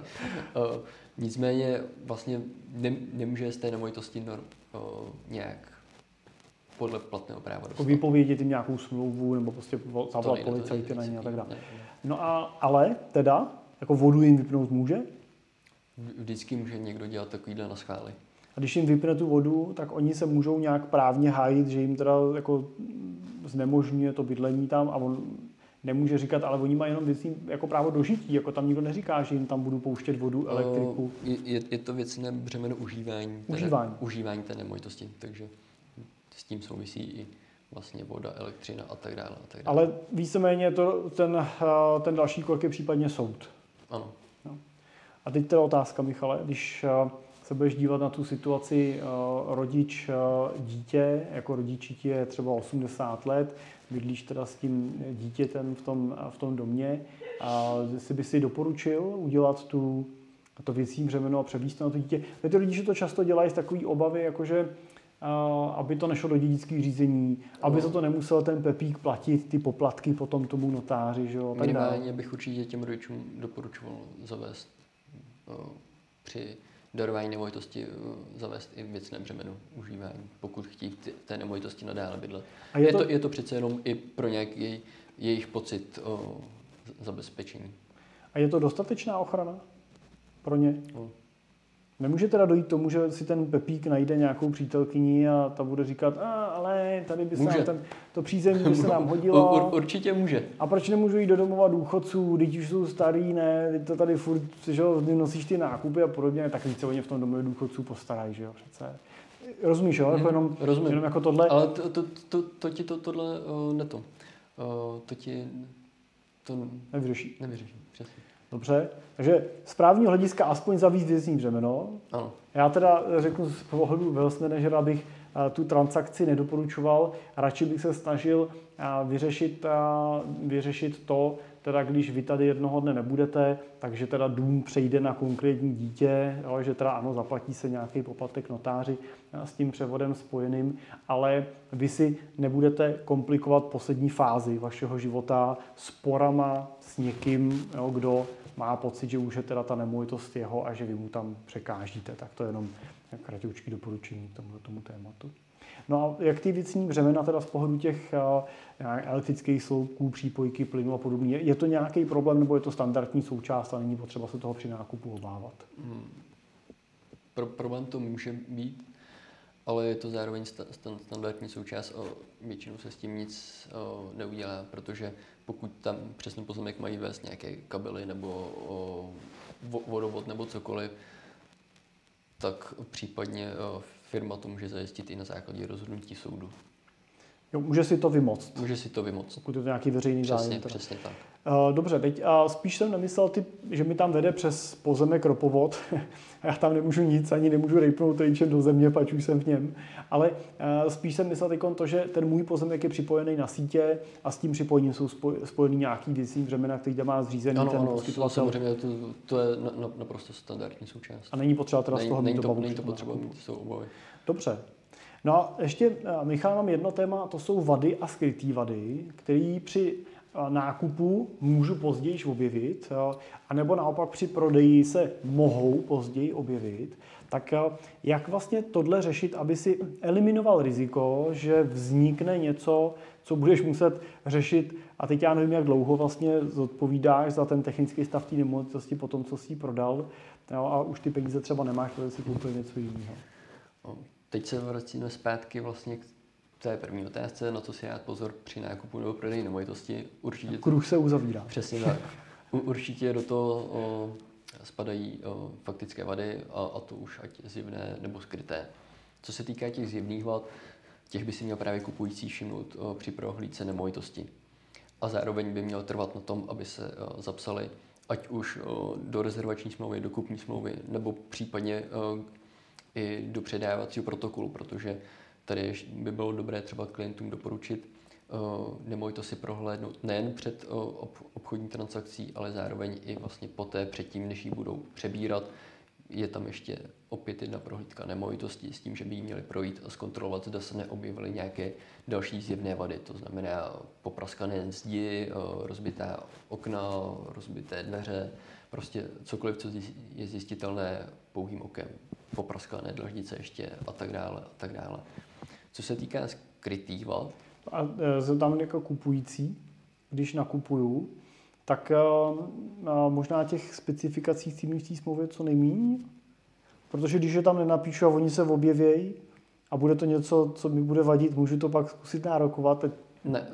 Nicméně vlastně nemůže z té nemovitosti nějak podle platného práva dostat. Jako vypovědět jim nějakou smlouvu nebo prostě zavolat policajty na ně a tak dále. No ale teda, jako vodu jim vypnout může? Vždycky může někdo dělat takovýhle na schvály. A když jim vypne tu vodu, tak oni se můžou nějak právně hájit, že jim teda jako znemožňuje to bydlení tam a on nemůže říkat, ale oni mají jenom věcí jako právo dožití, jako tam nikdo neříká, že jim tam budu pouštět vodu, elektriku. Je to věcné břemeno užívání té nemovitosti, takže s tím souvisí i vlastně voda, elektřina a tak dále. Ale víceméně ten další krok je případně soud. Ano. No. A teď teda otázka, Michale, když se budeš dívat na tu situaci rodič dítě, jako rodiči ti je třeba 80 let, bydlíš teda s tím dítětem v tom domě, a jestli by si doporučil udělat to věcí břemeno a převést to na to dítě. Ty rodiče to často dělají z takové obavy, jakože aby to nešlo do dědických řízení, aby za to nemusel ten Pepík platit ty poplatky potom tomu notáři. Že jo, minimálně bych určitě těm rodičům doporučoval zavést při darování nemovitosti zavést i věcné břemeno užívání, pokud chtějí té nemovitosti nadále bydlet. Je to přece jenom i pro nějaký jejich pocit zabezpečení. A je to dostatečná ochrana pro ně? No. Nemůže teda dojít tomu, že si ten Pepík najde nějakou přítelkyni a ta bude říkat, ale tady by se nám to přízemí by se nám hodilo. Určitě může. A proč nemůžu jít do domova důchodců, teď už jsou starý, ne, teď to tady furt, že nosíš ty nákupy a podobně, tak víc se o ně v tom domově důchodců postarají, že jo, přece. Rozumíš, jo? Jako jenom jako tohle. Ale to ti tohle neto. To ti to nevyřeší. Přesně. Dobře, takže z právního hlediska aspoň zavíst věcní břemeno. Ano. Já teda řeknu z pohledu wealth manažera, bych tu transakci nedoporučoval. Radši bych se snažil vyřešit to, teda když vy tady jednoho dne nebudete, takže teda dům přejde na konkrétní dítě, že teda ano, zaplatí se nějaký poplatek notáři s tím převodem spojeným, ale vy si nebudete komplikovat poslední fázi vašeho života sporama s někým, kdo má pocit, že už je teda ta nemovitost jeho a že vy mu tam překážíte. Tak to je jenom kratoučký doporučení k tomu tématu. No a jak ty věcní břemena teda z pohledu těch elektrických sloupků, přípojky, plynu a podobně, je to nějaký problém nebo je to standardní součást a není potřeba se toho při nákupu obávat? Problém to může být, ale je to zároveň standardní součást a většinou se s tím nic neudělá, protože pokud tam přes ten pozemek mají vést nějaké kabely nebo vodovod nebo cokoliv, tak případně firma to může zajistit i na základě rozhodnutí soudu. Jo, může si to vymoct. Pokud je to nějaký veřejný zájem. Přesně tak. Dobře, teď spíš jsem nemyslel, že mi tam vede přes pozemek ropovod. Já tam nemůžu nic, ani nemůžu rejpnout rejčem do země, pač už jsem v něm. Ale spíš jsem myslel to, že ten můj pozemek je připojený na sítě a s tím připojením jsou spojený nějaký věcí břemena, který tam má zřízený ten poskytovatel. Samozřejmě, to je naprosto standardní součást. A není potřeba teda z toho mít obavu. Není to potřeba mít z toho obavy. Dobře. No a ještě, Michal, mám jedno téma, to jsou vady a skrytý vady, které při nákupu můžu později objevit, anebo naopak při prodeji se mohou později objevit. Tak jak vlastně tohle řešit, aby si eliminoval riziko, že vznikne něco, co budeš muset řešit, a teď já nevím, jak dlouho vlastně zodpovídáš za ten technický stav té nemovitosti po tom, co jsi ji prodal, a už ty peníze třeba nemáš, protože si koupil něco jiného. Teď se vracíme zpátky vlastně k té první otázce, na co si dát pozor při nákupu nebo prodeji nemovitosti. Určitě kruh se uzavírá. Přesně tak. Určitě do toho spadají faktické vady a to už ať zjevné nebo skryté. Co se týká těch zjevných vad, těch by si měl právě kupující všimnout při prohlídce nemovitosti. A zároveň by měl trvat na tom, aby se zapsali ať už do rezervační smlouvy, do kupní smlouvy, nebo případně i do předávacího protokolu, protože tady by bylo dobré třeba klientům doporučit nemovitost si prohlédnout nejen před obchodní transakcí, ale zároveň i vlastně poté, předtím, než ji budou přebírat. Je tam ještě opět jedna prohlídka nemovitosti s tím, že by ji měli projít a zkontrolovat, zda se neobjevily nějaké další zjevné vady. To znamená popraskané zdi, rozbitá okna, rozbité dveře, prostě cokoliv, co je zjistitelné pouhým okem. Popraskané dlaždice ještě a tak dále a tak dále. Co se týká skrytých vad. A jsem tam jako kupující, když nakupuju, tak možná těch specifikací v té smlouvě co nejméně, protože když je tam nenapíšu a oni se objevějí a bude to něco, co mi bude vadit, můžu to pak zkusit nárokovat? Ne?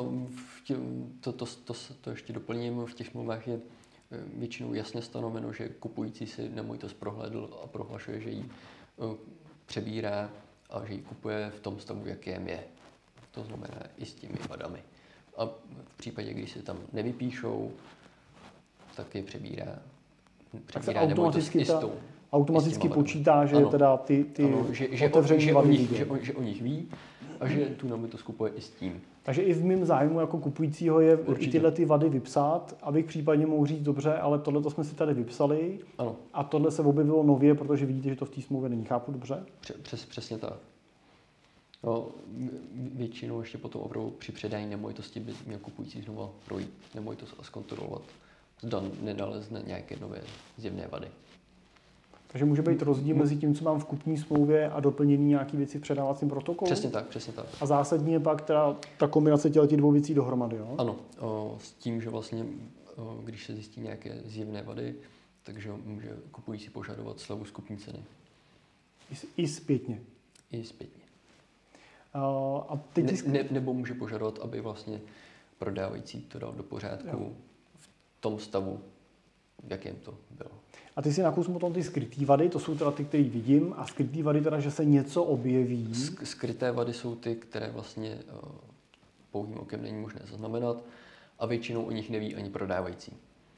To ještě doplním, v těch smlouvách je většinou jasně stanoveno, že kupující si nemovitost prohlédl a prohlašuje, že ji přebírá a že ji kupuje v tom stavu, jakém je. To znamená i s těmi vadami. A v případě, když se tam nevypíšou, tak je přebírá nemovitost i s tou. Automaticky počítá, že ano, teda ty ano, otevření vady že o nich ví a že tu nemovitost kupuje i s tím. Takže i v mém zájmu jako kupujícího je i tyhle ty vady vypsat, abych případně mohl říct dobře, ale tohle jsme si tady vypsali ano. A tohle se objevilo nově, protože vidíte, že to v té smlouvě není. Chápu dobře? Přesně tak. No, většinou ještě potom opravdu při předání nemovitosti by měl kupující znovu projít nemovitost a zkontrolovat, zda nenalezne nějaké nové zjevné vady. Takže může být rozdíl mezi tím, co mám v kupní smlouvě a doplnění nějaký věci v předávacím protokolu? Přesně tak. A zásadní je pak ta kombinace těch dvou věcí dohromady, jo? Ano, s tím, že vlastně, když se zjistí nějaké zjevné vady, takže může kupující požadovat slevu z kupní ceny. I zpětně? I zpětně. A teď nebo může požadovat, aby vlastně prodávající to dal do pořádku v tom stavu, v jakém to bylo. A ty si nakousl potom ty skrytý vady, to jsou teda ty, které vidím, a skrytý vady teda, že se něco objeví. Skryté vady jsou ty, které vlastně pouhým okem není možné zaznamenat a většinou o nich neví ani prodávající.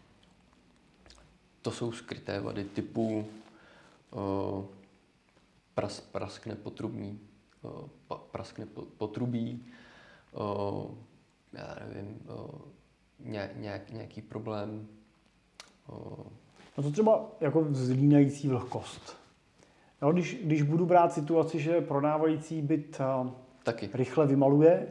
To jsou skryté vady typu praskne potrubí, já nevím, nějaký problém. No to třeba jako vzlínající vlhkost. No, když budu brát situaci, že prodávající byt taky rychle vymaluje,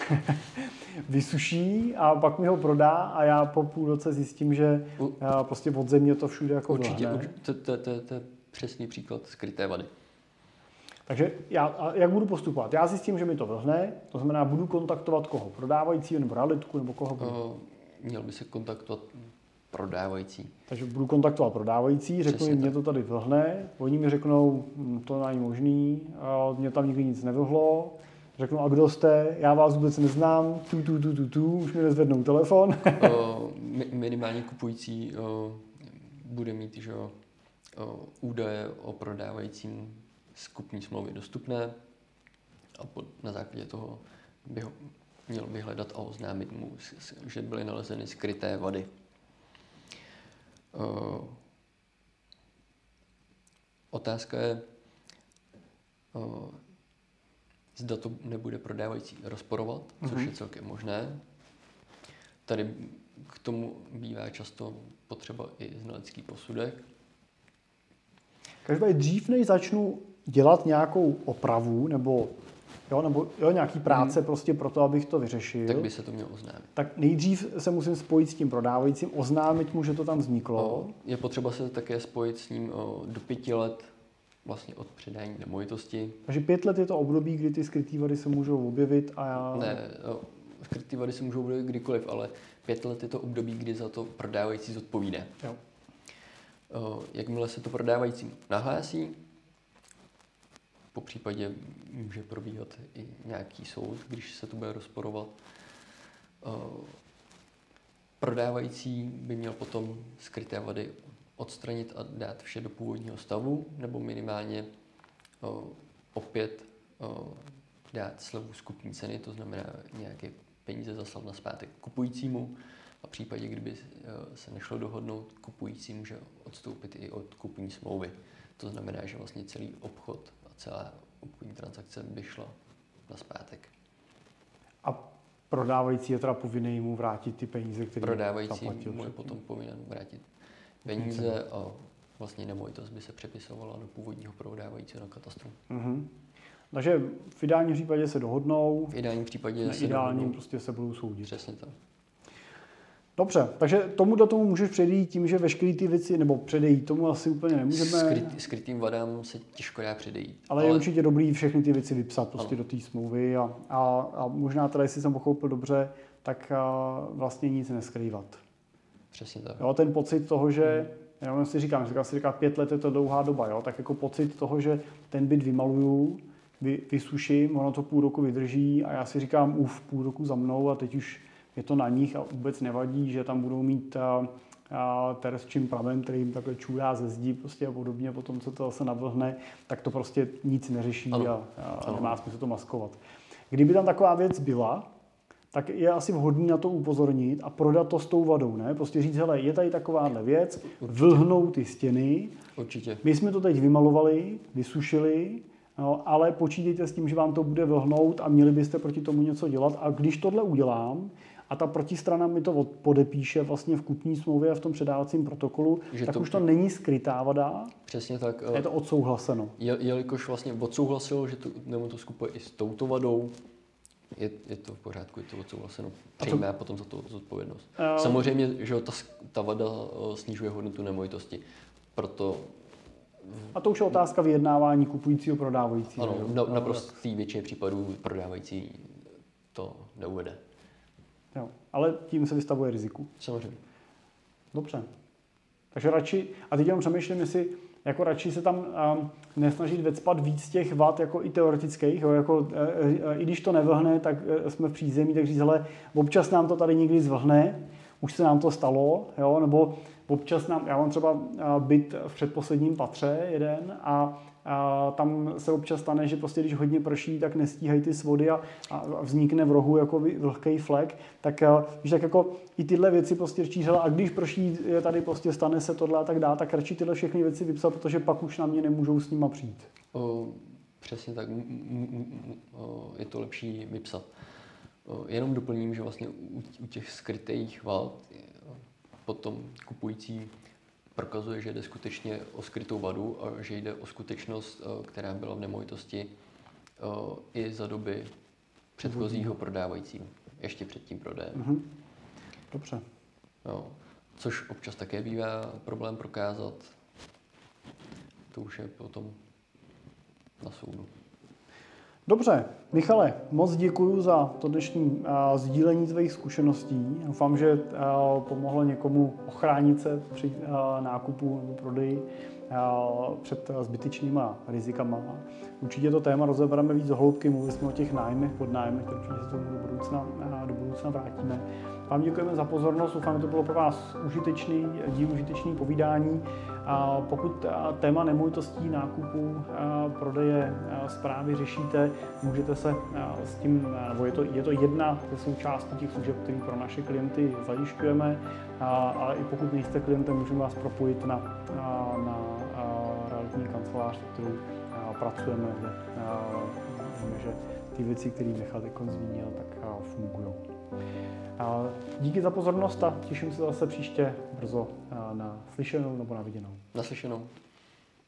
vysuší a pak mi ho prodá a já po půl roce zjistím, že prostě od země to všude jako určitě, to je přesný příklad skryté vady. Takže jak budu postupovat? Já zjistím, že mi to vlhne, to znamená, budu kontaktovat koho? Prodávajícího nebo realitku, nebo koho? Měl by se kontaktovat prodávající. Takže budu kontaktovat prodávající, řeknu jim, mě to tady vlhne, oni mi řeknou, to není možný, mě tam nikdy nic nevlhlo, řeknu, a kdo jste, já vás vůbec neznám, už mi nezvednou telefon. Minimálně kupující bude mít údaje o prodávajícím z kupní smlouvy dostupné a na základě toho by ho měl vyhledat a oznámit mu, že byly nalezeny skryté vady. Otázka je, zda to nebude prodávající rozporovat, což je celkem možné. Tady k tomu bývá často potřeba i znalecký posudek. Každopádně dřív, než začnu dělat nějakou opravu nebo nějaký práce prostě pro to, abych to vyřešil. Tak by se to mělo oznámit. Tak nejdřív se musím spojit s tím prodávajícím, oznámit mu, že to tam vzniklo. Je potřeba se také spojit s ním do 5 let vlastně od předání nemovitosti. Takže 5 let je to období, kdy ty skrytý vady se můžou objevit a já... Ne, skrytý vady se můžou objevit kdykoliv, ale 5 let je to období, kdy za to prodávající zodpovídá. Jo. Jakmile se to prodávajícím nahlásí, po případě může probíhat i nějaký soud, když se to bude rozporovat. Prodávající by měl potom skryté vady odstranit a dát vše do původního stavu, nebo minimálně opět dát slevu z kupní ceny, to znamená nějaké peníze zaslat nazpátek kupujícímu a v případě, kdyby se nešlo dohodnout, kupující může odstoupit i od kupní smlouvy. To znamená, že vlastně celý obchod a celá obchodní transakce by šla nazpátek. A prodávající je teda povinný mu vrátit ty peníze, které prodávající mu je potom povinen vrátit peníze a vlastně nemovitost by se přepisovala do původního prodávajícího na katastru. Takže v ideálním případě se dohodnou. V ideálním případě se dohodnou. Prostě se budou soudit. Přesně tak. Dobře, takže tomu můžeš předejít tím, že veškeré ty věci, nebo předejít tomu asi úplně nemůžeme. Skrytým vadám se těžko dá předejít. Ale je určitě dobrý všechny ty věci vypsat prostě do té smlouvy a možná teda, jestli jsem pochopil dobře, tak vlastně nic neskrývat. Přesně tak. Jo, ten pocit toho, že já si říkám 5 let je to dlouhá doba, jo, tak jako pocit toho, že ten byt vymaluju, vysuším, ono to půl roku vydrží a já si říkám, půl roku za mnou a teď už je to na nich a vůbec nevadí, že tam budou mít terčím pramen, který jim takhle čůrá ze zdí prostě a podobně, potom co to zase navlhne, tak to prostě nic neřeší a nemá smysl to maskovat. Kdyby tam taková věc byla, tak je asi vhodný na to upozornit a prodat to s tou vadou, ne? Prostě říct, hele, je tady takováhle věc, vlhnou ty stěny, určitě. My jsme to teď vymalovali, vysušili, no, ale počítejte s tím, že vám to bude vlhnout a měli byste proti tomu něco dělat a když tohle udělám, a ta protistrana mi to podepíše vlastně v kupní smlouvě a v tom předávacím protokolu, že tak už to není skrytá vada. Přesně tak. Je to odsouhlaseno. Jelikož vlastně odsouhlasil, že to skupuje i s touto vadou, je to v pořádku, je to odsouhlaseno. Přejme potom za to zodpovědnost. Samozřejmě, že ta vada snižuje hodnotu nemovitosti. Proto... A to už je otázka vyjednávání kupujícího, prodávajícího. Ano, naprostý většině případů prodávající to neuvede. Jo, ale tím se vystavuje riziku. Samozřejmě. Dobře. Takže radši, a teď jenom přemýšlím, jestli jako radši se tam nesnažit vecpat víc těch vad jako i teoretických, jo, jako, i když to nevlhne, tak jsme v přízemí, tak říct, hele, občas nám to tady někdy zvlhne, už se nám to stalo, jo, nebo občas já mám třeba byt v předposledním patře jeden a tam se občas stane, že prostě když hodně prší, tak nestíhají ty svody a vznikne v rohu jako vlhký flek, tak když tak jako i tyhle věci prostě čísla a když prší tady prostě stane se tohle a tak dá, tak radši tyhle všechny věci vypsat, protože pak už na mě nemůžou s nima přijít. Přesně tak, je to lepší vypsat. Jenom doplním, že vlastně u těch skrytých vad potom kupující prokazuje, že jde skutečně o skrytou vadu a že jde o skutečnost, která byla v nemovitosti i za doby předchozího prodávajícího, ještě před tím prodejem. Dobře. Jo. Což občas také bývá problém prokázat. To už je potom na soudu. Dobře, Michale, moc děkuji za to dnešní sdílení tvých zkušeností. Doufám, že pomohlo někomu ochránit se při nákupu nebo prodeji před zbytečnýma rizikama. Určitě to téma rozebereme víc do hloubky, mluvili jsme o těch nájmech, podnájmech, takže se tomu do budoucna vrátíme. Vám děkujeme za pozornost, doufám, že to bylo pro vás užitečný povídání. Pokud téma nemovitostí, nákupu, prodeje, správy řešíte, můžete se s tím, nebo je to jedna ze součástí těch služeb, které pro naše klienty zajišťujeme, ale i pokud nejste klientem, můžeme vás propojit na realitní kancelář, s kterou pracujeme, kde víme, že ty věci, které Michal zmínil, tak fungují. Díky za pozornost a těším se zase příště brzo na slyšenou nebo na viděnou. Na slyšenou.